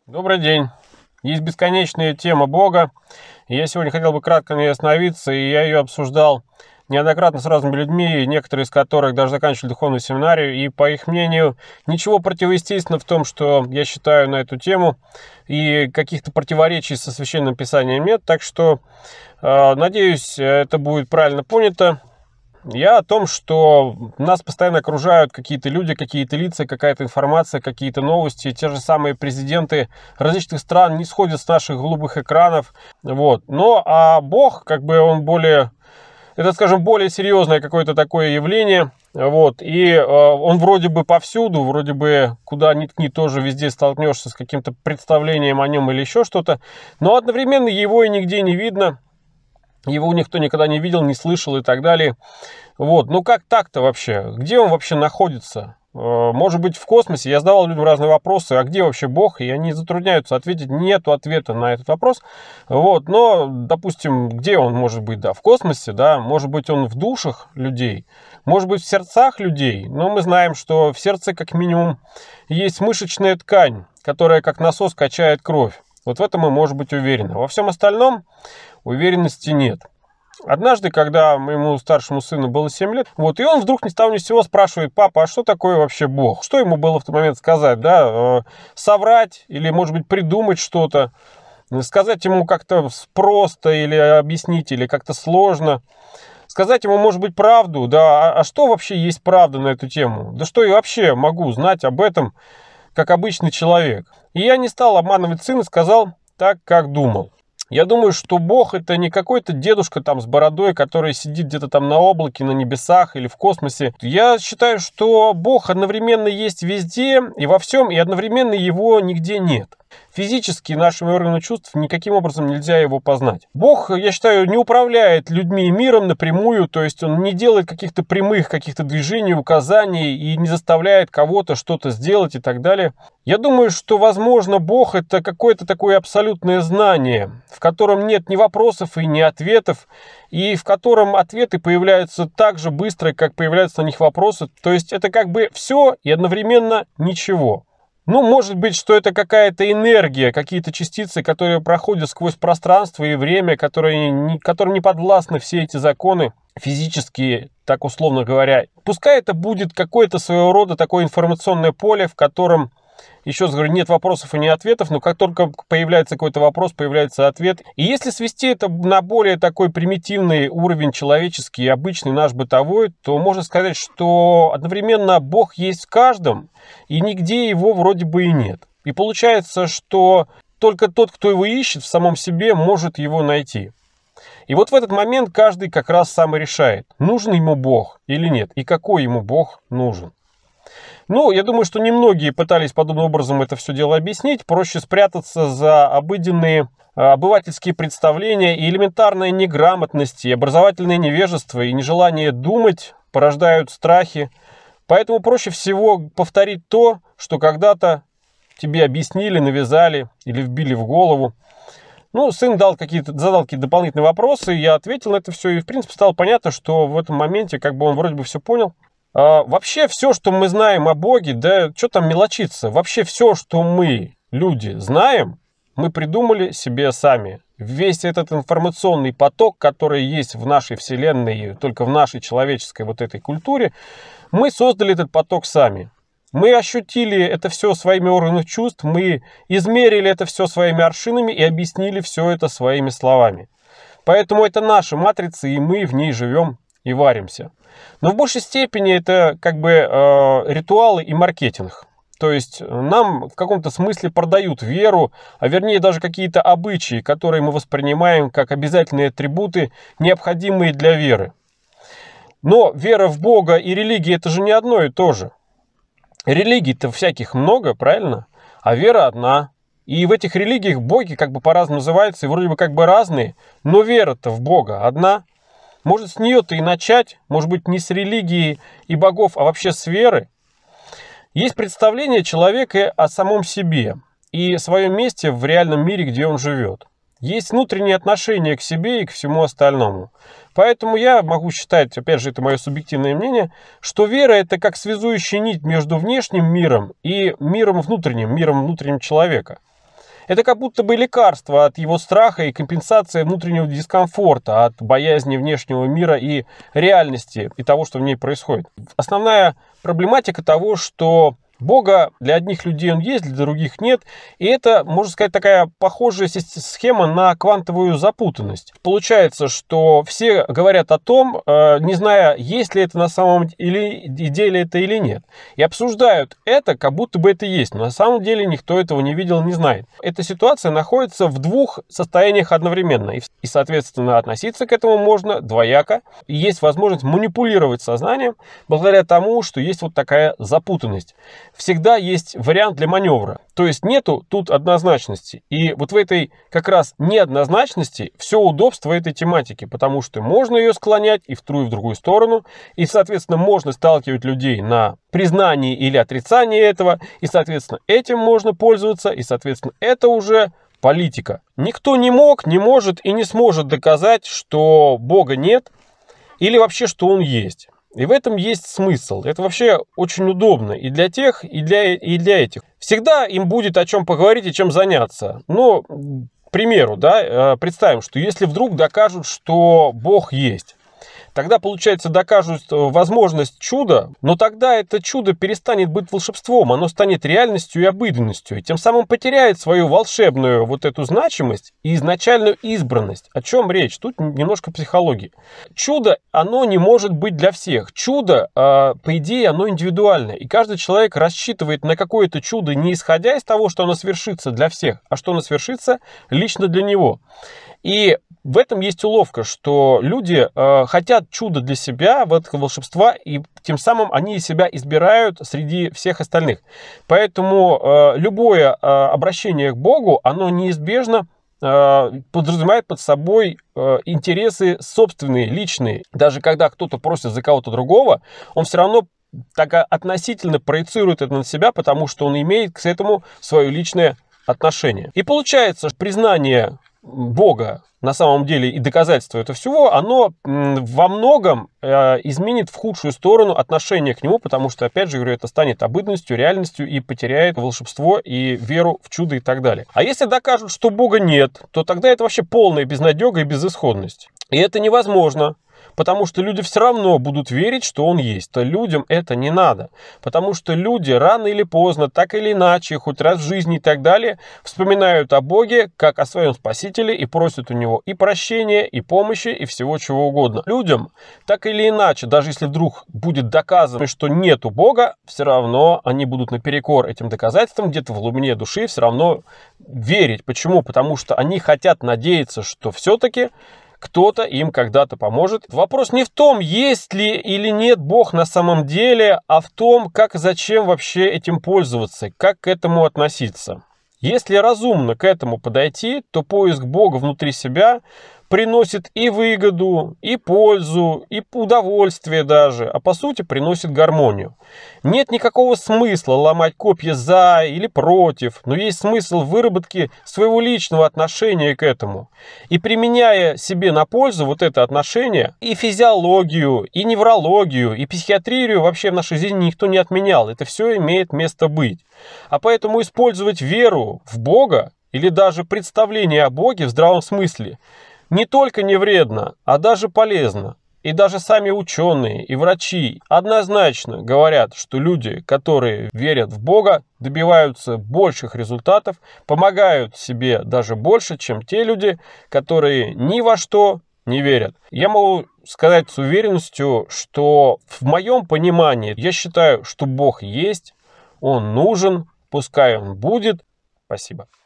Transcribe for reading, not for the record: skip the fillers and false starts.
Добрый день. Есть бесконечная тема Бога. И я сегодня хотел бы кратко на ней остановиться, и я ее обсуждал неоднократно с разными людьми, некоторые из которых даже заканчивали духовную семинарию, и, по их мнению, ничего противоестественного в том, что я считаю на эту тему, и каких-то противоречий со Священным Писанием нет, так что, надеюсь, это будет правильно понято. Я о том, что нас постоянно окружают какие-то люди, какие-то лица, какая-то информация, какие-то новости. Те же самые президенты различных стран не сходят с наших голубых экранов. Вот. Но а Бог, он более, это, скажем, более серьезное какое-то такое явление. Вот. И он вроде бы повсюду, вроде бы куда ни ткни, тоже везде столкнешься с каким-то представлением о нем или еще что-то. Но одновременно его и нигде не видно. Его никто никогда не видел, не слышал и так далее. Вот. Ну как так-то вообще? Где он вообще находится? Может быть, в космосе? Я задавал людям разные вопросы. А где вообще Бог? И они затрудняются ответить. Нету ответа на этот вопрос. Вот. Но, допустим, где он может быть? Да, в космосе, да. Может быть, он в душах людей. Может быть, в сердцах людей. Но мы знаем, что в сердце, как минимум, есть мышечная ткань, которая как насос качает кровь. Вот в этом мы можем быть уверены. Во всем остальном уверенности нет. Однажды, когда моему старшему сыну было 7 лет, и он вдруг ни с того ни с сего спрашивает: папа, а что такое вообще Бог? Что ему было в тот момент сказать, да? Соврать или, может быть, придумать что-то? Сказать ему как-то просто или объяснить, или как-то сложно? Сказать ему, может быть, правду, да? А что вообще есть правда на эту тему? Да что я вообще могу знать об этом, как обычный человек? И я не стал обманывать сына, сказал так, как думал. Я думаю, что Бог — это не какой-то дедушка там с бородой, который сидит где-то там на облаке, на небесах или в космосе. Я считаю, что Бог одновременно есть везде и во всем, и одновременно его нигде нет. Физически нашими органами чувств никаким образом нельзя его познать. Бог, я считаю, не управляет людьми и миром напрямую, то есть он не делает каких-то прямых каких-то движений, указаний и не заставляет кого-то что-то сделать и так далее. Я думаю, что, возможно, Бог — это какое-то такое абсолютное знание, в котором нет ни вопросов и ни ответов, и в котором ответы появляются так же быстро, как появляются на них вопросы. То есть это как бы все и одновременно ничего. Ну, может быть, что это какая-то энергия, какие-то частицы, которые проходят сквозь пространство и время, которым не подвластны все эти законы физические, так условно говоря. Пускай это будет какое-то своего рода такое информационное поле, в котором, еще раз говорю, нет вопросов и нет ответов, но как только появляется какой-то вопрос, появляется ответ. И если свести это на более такой примитивный уровень человеческий, обычный наш бытовой, то можно сказать, что одновременно Бог есть в каждом, и нигде его вроде бы и нет. И получается, что только тот, кто его ищет в самом себе, может его найти. И вот в этот момент каждый как раз сам и решает, нужен ему Бог или нет, и какой ему Бог нужен. Ну, я думаю, что немногие пытались подобным образом это все дело объяснить. Проще спрятаться за обыденные обывательские представления, и элементарная неграмотность, и образовательное невежество, и нежелание думать порождают страхи. Поэтому проще всего повторить то, что когда-то тебе объяснили, навязали или вбили в голову. Ну, сын задал какие-то дополнительные вопросы, я ответил на это все, и в принципе стало понятно, что в этом моменте он вроде бы все понял. Вообще все, что мы знаем о Боге, да что там мелочиться, вообще все, что мы, люди, знаем, мы придумали себе сами. Весь этот информационный поток, который есть в нашей вселенной, только в нашей человеческой вот этой культуре, мы создали этот поток сами. Мы ощутили это все своими органами чувств, мы измерили это все своими аршинами и объяснили все это своими словами. Поэтому это наша матрица, и мы в ней живем и варимся. Но в большей степени это ритуалы и маркетинг. То есть нам в каком-то смысле продают веру, а вернее даже какие-то обычаи, которые мы воспринимаем как обязательные атрибуты, необходимые для веры. Но вера в Бога и религия — это же не одно и то же. Религий-то всяких много, правильно? А вера одна. И в этих религиях боги по-разному называются, и вроде бы разные, но вера-то в Бога одна. Может, с нее-то и начать, может быть, не с религии и богов, а вообще с веры. Есть представление человека о самом себе и своем месте в реальном мире, где он живет. Есть внутреннее отношение к себе и к всему остальному. Поэтому я могу считать, опять же, это мое субъективное мнение, что вера — это как связующая нить между внешним миром и миром внутренним человека. Это как будто бы лекарство от его страха и компенсация внутреннего дискомфорта, от боязни внешнего мира и реальности, и того, что в ней происходит. Основная проблематика того, что Бога для одних людей он есть, для других нет. И это, можно сказать, такая похожая схема на квантовую запутанность. Получается, что все говорят о том, не зная, есть ли это на самом деле это или нет. И обсуждают это, как будто бы это есть. Но на самом деле никто этого не видел, не знает. Эта ситуация находится в двух состояниях одновременно. И, соответственно, относиться к этому можно двояко. И есть возможность манипулировать сознанием благодаря тому, что есть вот такая запутанность. Всегда есть вариант для маневра. То есть нету тут однозначности. И вот в этой как раз неоднозначности все удобство этой тематики, потому что можно ее склонять и в ту, и в другую сторону. И, соответственно, можно сталкивать людей на признании или отрицании этого. И, соответственно, этим можно пользоваться. И, соответственно, это уже политика. Никто не мог, не может и не сможет доказать, что Бога нет или вообще, что Он есть. И в этом есть смысл. Это вообще очень удобно и для тех, и для этих. Всегда им будет о чем поговорить и чем заняться. Но, к примеру, да, представим, что если вдруг докажут, что Бог есть, тогда, получается, докажут возможность чуда, но тогда это чудо перестанет быть волшебством, оно станет реальностью и обыденностью, и тем самым потеряет свою волшебную вот эту значимость и изначальную избранность. О чем речь? Тут немножко психологии. Чудо, оно не может быть для всех. Чудо, по идее, оно индивидуальное, и каждый человек рассчитывает на какое-то чудо не исходя из того, что оно свершится для всех, а что оно свершится лично для него. И в этом есть уловка, что люди хотят чуда для себя, в этом волшебства, и тем самым они себя избирают среди всех остальных. Поэтому любое обращение к Богу, оно неизбежно подразумевает под собой интересы собственные, личные. Даже когда кто-то просит за кого-то другого, он все равно так относительно проецирует это на себя, потому что он имеет к этому свое личное отношение. И получается, признание Бога на самом деле и доказательство этого всего, оно во многом изменит в худшую сторону отношение к нему, потому что, опять же, говорю, это станет обыденностью, реальностью и потеряет волшебство и веру в чудо и так далее. А если докажут, что Бога нет, то тогда это вообще полная безнадега и безысходность. И это невозможно. Потому что люди все равно будут верить, что Он есть. То людям это не надо. Потому что люди рано или поздно, так или иначе, хоть раз в жизни и так далее, вспоминают о Боге как о своем Спасителе и просят у Него и прощения, и помощи, и всего чего угодно. Людям так или иначе, даже если вдруг будет доказано, что нету Бога, все равно они будут наперекор этим доказательствам, где-то в глубине души все равно верить. Почему? Потому что они хотят надеяться, что все-таки кто-то им когда-то поможет. Вопрос не в том, есть ли или нет Бог на самом деле, а в том, как и зачем вообще этим пользоваться, как к этому относиться. Если разумно к этому подойти, то поиск Бога внутри себя приносит и выгоду, и пользу, и удовольствие даже, а по сути приносит гармонию. Нет никакого смысла ломать копья за или против, но есть смысл выработки своего личного отношения к этому. И применяя себе на пользу вот это отношение, и физиологию, и неврологию, и психиатрию вообще в нашей жизни никто не отменял. Это все имеет место быть. А поэтому использовать веру в Бога или даже представление о Боге в здравом смысле не только не вредно, а даже полезно. И даже сами ученые и врачи однозначно говорят, что люди, которые верят в Бога, добиваются больших результатов, помогают себе даже больше, чем те люди, которые ни во что не верят. Я могу сказать с уверенностью, что в моем понимании, я считаю, что Бог есть, Он нужен, пускай Он будет. Спасибо.